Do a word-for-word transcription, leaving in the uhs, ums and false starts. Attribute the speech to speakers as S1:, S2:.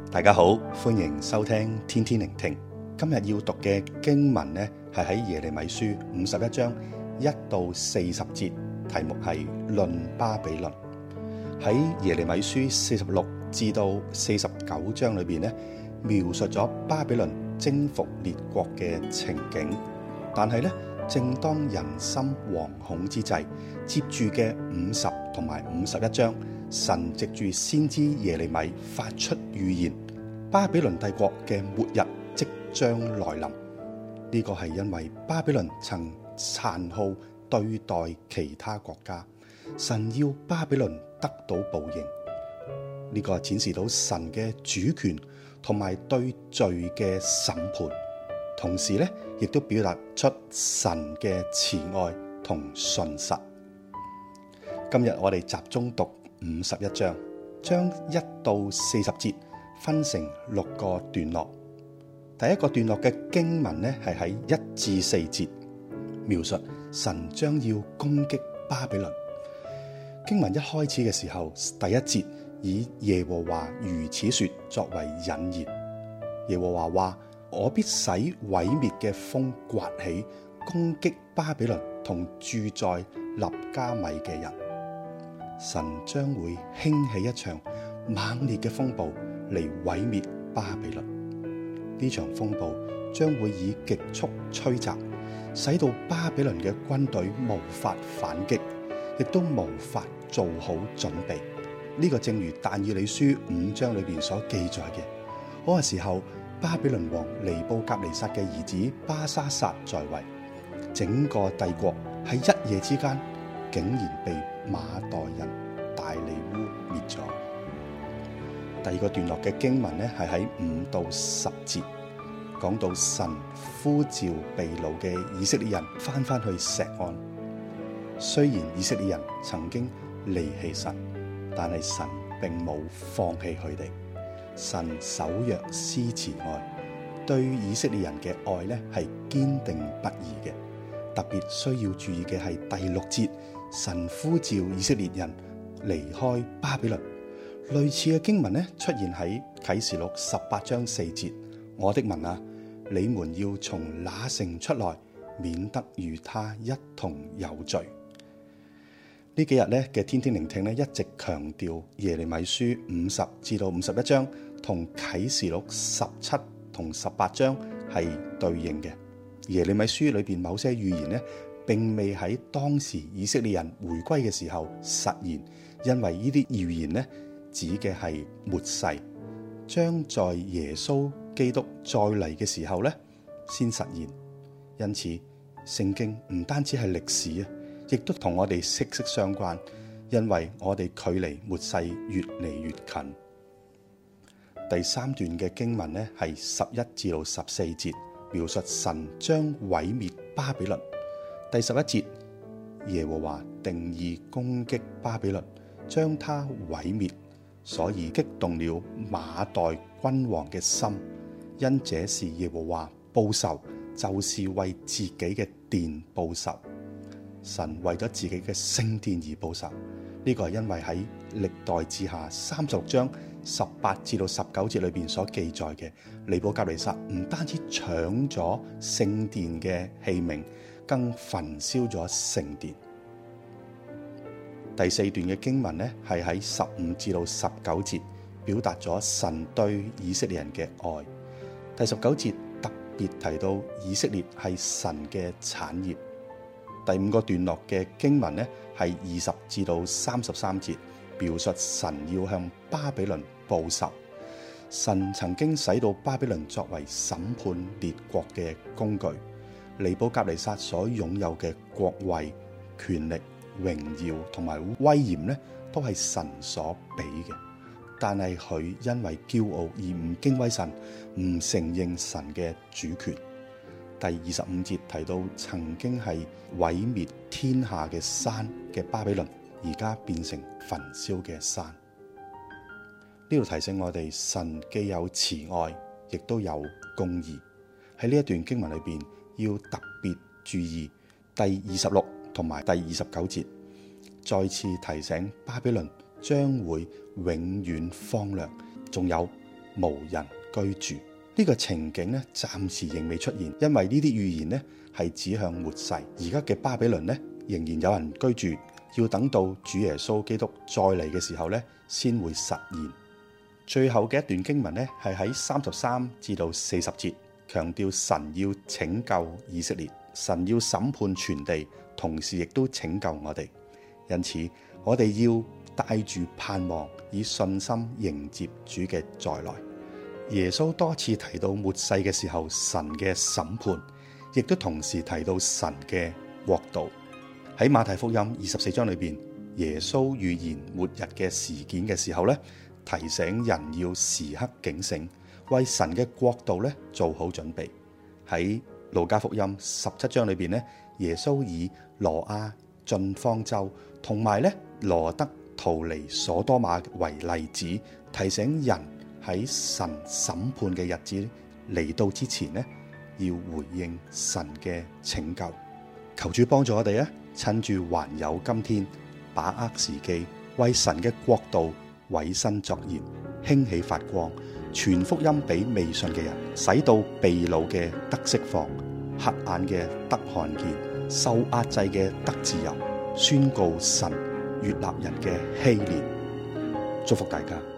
S1: 大家好，歡迎收聽天天聆聽。今日要讀嘅經文呢，係喺耶利米書五十一章一到四十節，題目係論巴比倫。喺耶利米書四十六至到四十九章裏邊呢，描述咗巴比倫征服列國嘅情景。但係呢，正當人心惶恐之際，接住嘅五十同埋五十一章，神藉住先知耶利米發出預言，巴比倫帝國嘅末日即將來臨。呢個係因為巴比倫曾殘酷對待其他國家，神要巴比倫得到報應。呢個展示到神嘅主權同埋對罪嘅審判，同時咧亦都表達出神嘅慈愛同信實。今日我哋集中讀五十一章，將一到四十節分成六個段落。第一個段落嘅經文呢，係喺一至四節，描述神將要攻擊巴比倫。經文一開始嘅時候，第一節以耶和華如此說作為引言。耶和華話：我必使毀滅嘅風刮起，攻擊巴比倫同住在立加米嘅人。神將會興起一場猛烈嘅風暴嚟毀滅巴比倫。呢場風暴將會以極速吹襲，使到巴比倫嘅軍隊無法反擊，亦都無法做好準備。呢、這個正如但以理書五章裏邊所記載嘅，嗰、那個時候巴比倫王尼布甲尼撒嘅兒子巴沙撒在位，整個帝國喺一夜之間竟然被馬代人大利烏滅咗。第二個段落嘅經文呢，係喺五到十節，講到神呼召被擄嘅以色列人翻返去錫安。雖然以色列人曾經離棄神，但係神並冇放棄佢哋。神守約施慈愛，對以色列人嘅愛呢係堅定不移嘅。特別需要注意嘅係第六節，神呼召以色列人離開巴比倫。類似嘅經文呢，出現喺啟示錄十八章四節，我的民啊，你們要從那城出來，免得與他一同有罪。呢幾日呢嘅天天聆聽呢，一直強調耶利米書五十至到五十一章同啟示錄十七同十八章係對應嘅。耶利米書裏邊某些預言呢，並未喺當時以色列人回歸嘅時候實現，因為呢啲預言呢，指嘅係末世，將在耶穌基督再嚟嘅時候呢先實現。因此，聖經唔單止係歷史啊，亦都同我哋息息相關，因為我哋距離末世越嚟越近。第三段嘅經文呢，係十一至到十四節，描述神將毀滅巴比倫。第十一節，耶和華定意攻擊巴比倫，將他毀滅，所以激動了馬代君王嘅心，因這是耶和華報仇，就是為自己嘅殿報仇。神為咗自己嘅聖殿而報仇，呢、這個係因為喺歷代志下三十六章十八至到十九節裏邊所記載嘅，尼布甲尼撒唔單止搶咗聖殿嘅器皿，更焚燒咗聖殿。第四段嘅經文呢，係喺十五至到十九節，表達咗神對以色列人嘅愛。第十九節特別提到以色列係神嘅產業。第五個段落嘅經文呢，係二十至到三十三節，描述神要向巴比倫報仇。神曾經使到巴比倫作為審判列國嘅工具。尼布甲尼撒所擁有嘅國位、權力、榮耀同埋威嚴呢，都係神所俾嘅。但係佢因為驕傲而唔敬畏神，唔承認神嘅主權。第二十五節提到曾經係毀滅天下嘅山嘅巴比倫，而家變成焚燒嘅山。呢度提醒我哋，神既有慈愛，亦都有公義。喺呢一段經文裏邊，要特別注意第二十六同埋第二十九節，再次提醒巴比倫將會永遠荒涼。仲有無人居住。呢個情景咧，暫時仍未出現，因為呢啲預言咧係指向末世。而家嘅巴比倫咧，仍然有人居住，要等到主耶穌基督再嚟嘅時候咧，先會實現。最後嘅一段經文咧，係喺三十三至到四十節，強調神要拯救以色列，神要審判全地，同時亦都拯救我哋。因此，我哋要帶住盼望，以信心迎接主嘅再來。耶穌多次提到末世嘅時候，神嘅審判，亦都同時提到神嘅國度。喺馬太福音二十四章裏邊，耶穌預言末日嘅事件嘅時候咧，提醒人要時刻警醒，為神嘅國度咧做好準備。喺路加福音十七章裏邊咧，耶穌以挪亞進方舟同埋咧羅得逃離所多瑪為例子，提醒人喺神審判嘅日子嚟到之前呢，要回應神嘅拯救。求主幫助我哋啊！趁住還有今天，把握時機，為神嘅國度委身作鹽，興起發光，傳福音俾未信嘅人，使到被擄嘅得釋放，瞎眼嘅得看見，受壓制嘅得自由，宣告神悅納人嘅禧年。祝福大家。